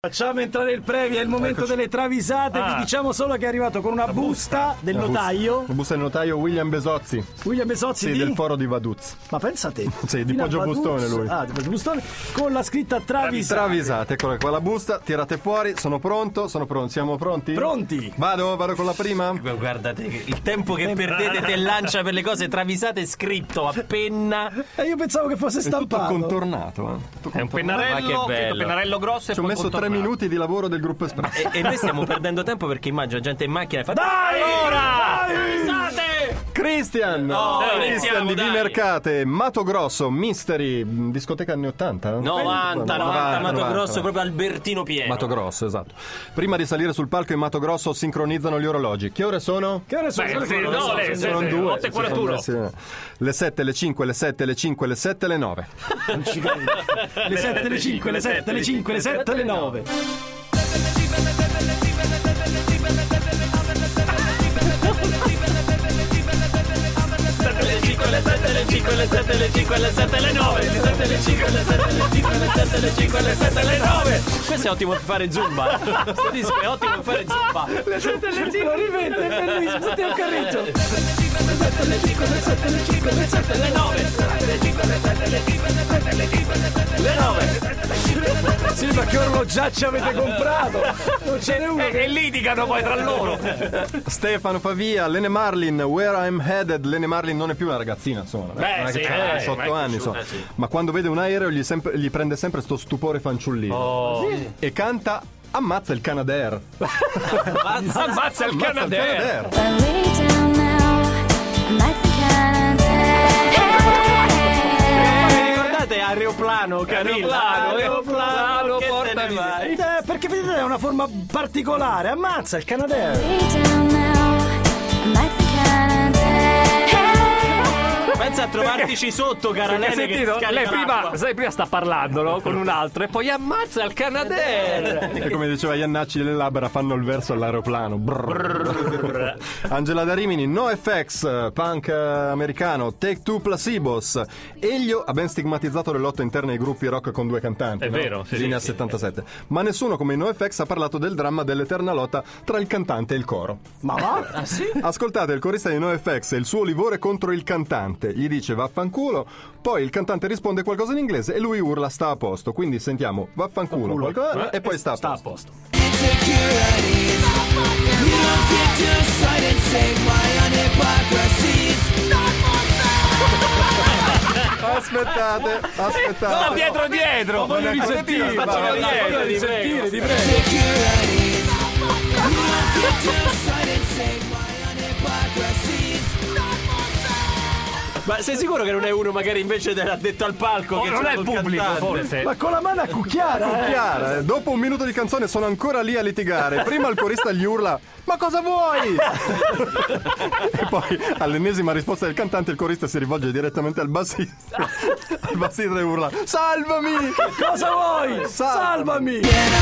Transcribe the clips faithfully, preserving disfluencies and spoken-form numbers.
Facciamo entrare il previo, è il momento Eccoci. delle travisate. Ah. Vi diciamo solo che è arrivato con una busta del la notaio. Busta. La busta del notaio William Besozzi. William Besozzi sì, di... del foro di Vaduz. Ma pensa a te. Sì, di Poggio Bustone lui. Ah, di Poggio Bustone con la scritta travisate. Travisate, eccola qua la busta, tirate fuori, sono pronto, sono pronto, siamo pronti? Pronti. Vado, vado con la prima. Guardate, il tempo che perdete te lancia per le cose travisate scritto a penna. E io pensavo che fosse stampato. È tutto contornato, eh. Tutto è un pennarello, un pennarello grosso e ci ho messo tre minuti di lavoro del gruppo Espresso. E, e noi stiamo perdendo tempo perché immagino gente in macchina e fa dai! Ora! Travisate! Christian! No, Christian di Vimercate, Mato Grosso, Mystery, discoteca anni ottanta? novanta, novanta, Mato Grosso, proprio Albertino pieno. Mato Grosso, esatto. Prima di salire sul palco in Mato Grosso sincronizzano gli orologi. Che ore sono? Che ore sono? Beh, sì, no, le, sono sì, due. otto e quarantuno. Le sette, le cinque, le sette, le cinque, le sette, le nove. Non ci credo. Le sette, le cinque, le sette, le cinque, le sette, le nove. Le sette, le cinque, le sette, le cinque, le sette, le nove. Le sette, le cinque, le sette, le cinque, le sette, le cinque, le sette, le nove. Questo è ottimo per fare zumba. Questo disco è ottimo per fare zumba. Le sette, le cinque, rivente, è bellissimo, senti un carreggio. Le sette, le cinque, le sette, le cinque, le sette, le nove. Le cinque, le sette, le cinque, le sette, le cinque, le sette, le nove. Sì, ma che orologiacci avete comprato? Non ce n'è uno. E litigano poi tra loro. Stefano Favia, Lene Marlin, Where I'm Headed. Lene Marlin non è più una ragazzina, insomma. Beh, non è sì, che c'ha eh, diciotto anni, insomma. Eh, sì. Ma quando vede un aereo gli, sempre, gli prende sempre sto stupore fanciullino. Oh. Sì. E canta Ammazza il Canadair. Ammazza, Ammazza il Canadair. Ricordate aeroplano, Aeroplano, aeroplano, portami. Eh, perché vedete è una forma particolare. Ammazza il Canadair. Pensa a trovartici sotto, cara Lene, sentito, che lei prima, sai, prima sta parlando, no? Con un altro e poi ammazza il Canadair. E come diceva Iannacci, le labbra fanno il verso all'aeroplano. Brrr. Angela da Rimini, NoFX, punk americano, Take Two Placebos. Elio ha ben stigmatizzato le lotte interne ai gruppi rock con due cantanti. È no? vero, sì, Linea sì, settantasette. Ma nessuno come i NoFX ha parlato del dramma dell'eterna lotta tra il cantante e il coro. Ma va? Ah, sì? Ascoltate il corista di NoFX e il suo livore contro il cantante. Gli dice vaffanculo, poi il cantante risponde qualcosa in inglese e lui urla sta a posto. Quindi sentiamo vaffanculo qualcosa, eh, e poi sta a sta posto. A posto. Aspettate, aspettate. No, dietro dietro. Voglio risentire, Facciamo dietro, voglio ti prego. risentire, ti prego. Ma sei sicuro che non è uno magari invece dell'addetto al palco? Oh, che non c'è è il col pubblico, cantante? forse. Ma con la mano a cucchiara, eh. Chiara, eh, dopo un minuto di canzone sono ancora lì a litigare. Prima il corista gli urla ma cosa vuoi? E poi all'ennesima risposta del cantante il corista si rivolge direttamente al bassista. Il bassista e urla salvami! Cosa vuoi? Salvami!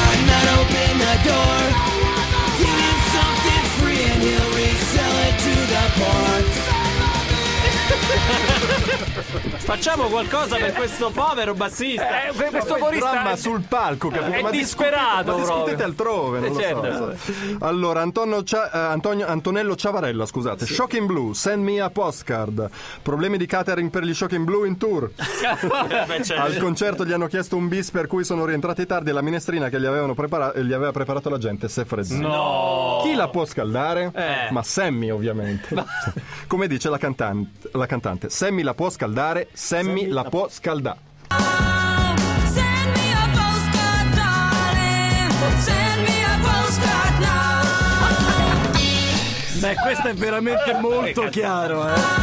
Facciamo qualcosa per questo povero bassista. Eh, per questo Il corista dramma sul palco, capito? è Ma disperato, discutete, ma discutete proprio. altrove, non Eh, lo certo. so. Allora, Antonio Cia- eh, Antonio- Antonello Ciavarella, scusate. Sì. Shocking Blue, send me a postcard. Problemi di catering per gli Shocking Blue in tour. Beh, certo. Al concerto gli hanno chiesto un bis per cui sono rientrati tardi e la minestrina che gli, avevano prepara- gli aveva preparato la gente si è freddata. No. Chi la può scaldare? Eh. Ma Sammy, ovviamente. Come dice la cantante, la cantante, Sammy la può scaldare, Sammy, Sammy la può scaldare. Beh, questo è veramente molto chiaro, eh.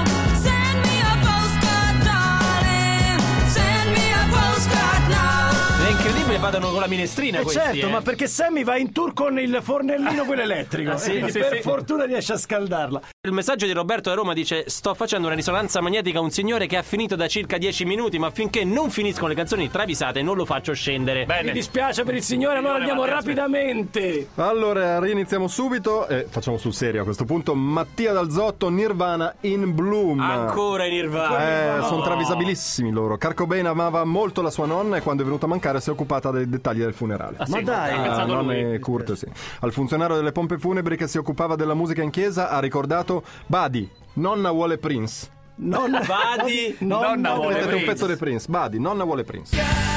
È incredibile, vadano con la minestrina Eh questi, certo, eh. ma perché Sammy va in tour con il fornellino quello elettrico. Ah, sì, e quindi sì, per sì. fortuna riesce a scaldarla. Il messaggio di Roberto da Roma dice: sto facendo una risonanza magnetica a un signore che ha finito da circa dieci minuti, ma finché non finiscono le canzoni travisate non lo faccio scendere. Mi Bene. dispiace per il signore, allora andiamo Mattia, rapidamente. Allora, riniziamo subito e facciamo sul serio a questo punto. Mattia Dalzotto, Nirvana in Bloom. Ancora in Nirvana. Eh, sono travisabilissimi loro. Kurt Cobain amava molto la sua nonna e quando è venuta a mancare si è occupata dei dettagli del funerale. Ah, sì, Ma dai, ha Ah, pensato nonne lui. Kurt, sì. Al funzionario delle pompe funebri che si occupava della musica in chiesa ha ricordato: Badi, nonna vuole Prince. nonna, Vadi, nonna vuole Mettete un Prince. pezzo di Prince. Badi, nonna vuole Prince.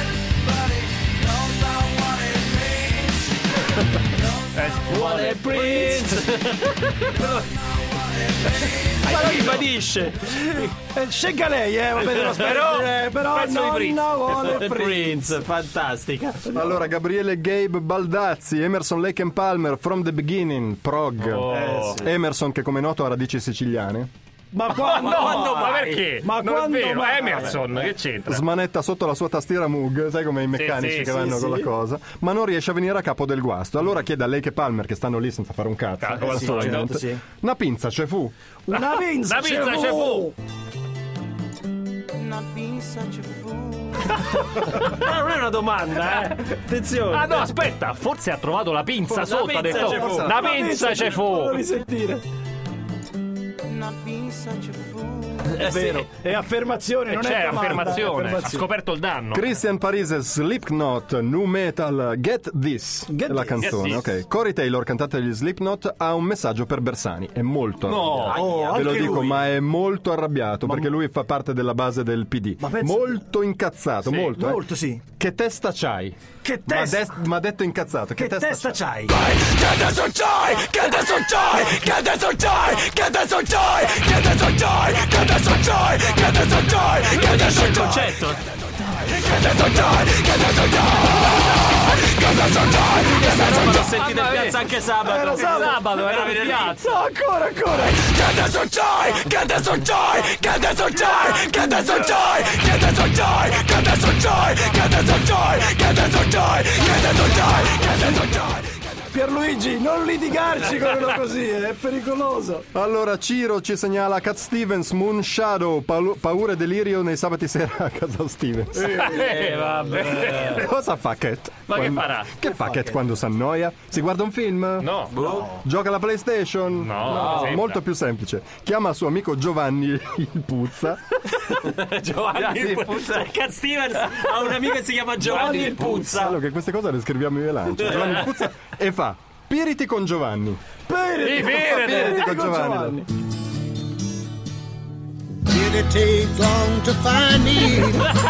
vuole Prince. Poi ribadisce. Eh, scelga lei, eh, vabbè, devo Però, aspettare, eh, però pezzo di Prince. nonna vuole Prince. Prince, fantastica. Allora, Gabriele Gabe Baldazzi, Emerson Lake and Palmer, From the Beginning, Prog. Oh. Emerson, che come noto ha radici siciliane, Ma quando? No, no, ma mai? perché? Ma non quando è vero, mai? Emerson, che c'entra? smanetta sotto la sua tastiera Moog, sai come i meccanici sì, che sì, vanno sì. con la cosa, ma non riesce a venire a capo del guasto. Allora chiede a Lake e Palmer, che stanno lì senza fare un cazzo, Ah, come al sì, solito, certo, sì. una pinza ce fu. Una pinza, La pizza c'è fu. Ma non è una domanda, eh. Attenzione. Ah no, aspetta, forse ha trovato la pinza La sotto, ha pinza detto c'è fu. la pinza c'è fu. Fammi sentire. È Vero. È affermazione, non C'è è domanda, affermazione, è ha scoperto il danno. Christian Parise, Slipknot, Nu Metal, Get This, Get è la This. canzone, Get ok. Corey Taylor, cantante degli Slipknot, ha un messaggio per Bersani, è molto No. arrabbiato. Oh, Ve lo anche dico, lui. ma è molto arrabbiato perché lui fa parte della base del P D. Ma pensa- Molto incazzato, molto. eh. Molto, sì. Che testa c'hai? Che Ma testa, des- Ma detto incazzato, che, che testa c'hai? Che adesso c'hai, che adesso c'hai, che adesso c'hai, che adesso c'hai, che adesso c'hai, che adesso c'hai, che adesso c'hai, che adesso il c'hai, concetto. che adesso c'hai, che adesso c'hai, che adesso c'hai, che Questa roba l'ho adesso sentita in piazza anche sabato. Era sabato. Sabato era in piazza. No, ancora, ancora. che adesso c'hai, che adesso c'hai, che adesso c'hai, che adesso c'hai, che adesso c'hai, che adesso c'hai, che adesso c'hai, che adesso c'hai, che adesso c'hai, che adesso c'hai. Pierluigi, non litigarci con uno così, eh, è pericoloso. Allora Ciro ci segnala Cat Stevens, Moon Shadow, palu- paura e delirio nei sabati sera a casa Stevens. Eh, vabbè. Cosa fa Cat? Ma che Quando- farà? Che fa Cat quando si annoia? Si guarda un film? No. Gioca alla PlayStation? No, sembra. Molto più semplice. Chiama il suo amico Giovanni il Puzza. Giovanni il Puzza. Cat Stevens ha un amico che si chiama Giovanni il Puzza. Allora che queste cose le scriviamo io e Lancia. Giovanni il Puzza e fa Piriti con Giovanni. Periti, Piriti con Giovanni. Did it take long to find me?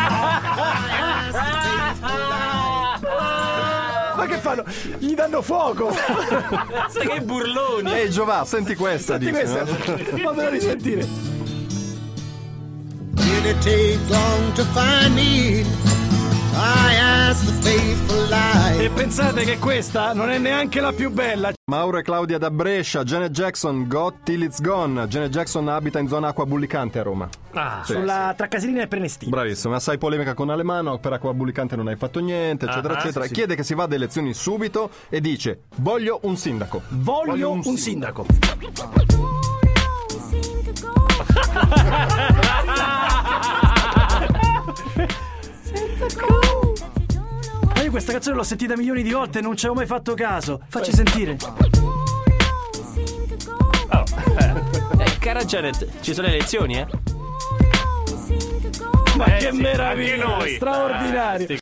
Ma che fanno? Gli danno fuoco. Sai che burloni. Ehi Giova, senti questa, Senti dice. questa. no? Fammelo risentire. Did it take long to find me? I asked the faithful E life. pensate che questa non è neanche la più bella. Mauro e Claudia da Brescia, Janet Jackson, Got Till It's Gone. Janet Jackson abita in zona acqua bullicante a Roma. Ah, Sulla tra Casilina e Prenestina. Bravissimo, assai polemica con Alemano, per acqua bullicante non hai fatto niente, eccetera, Ah, eccetera. sì, sì. Chiede che si vada a elezioni subito e dice: voglio un sindaco. Voglio un sindaco. Ma io questa canzone l'ho sentita milioni di volte e non ci avevo mai fatto caso. Facci sentire. Eh, cara Janet, ci sono le elezioni, eh? Ma Eh che sì, meraviglia, anche noi. straordinario.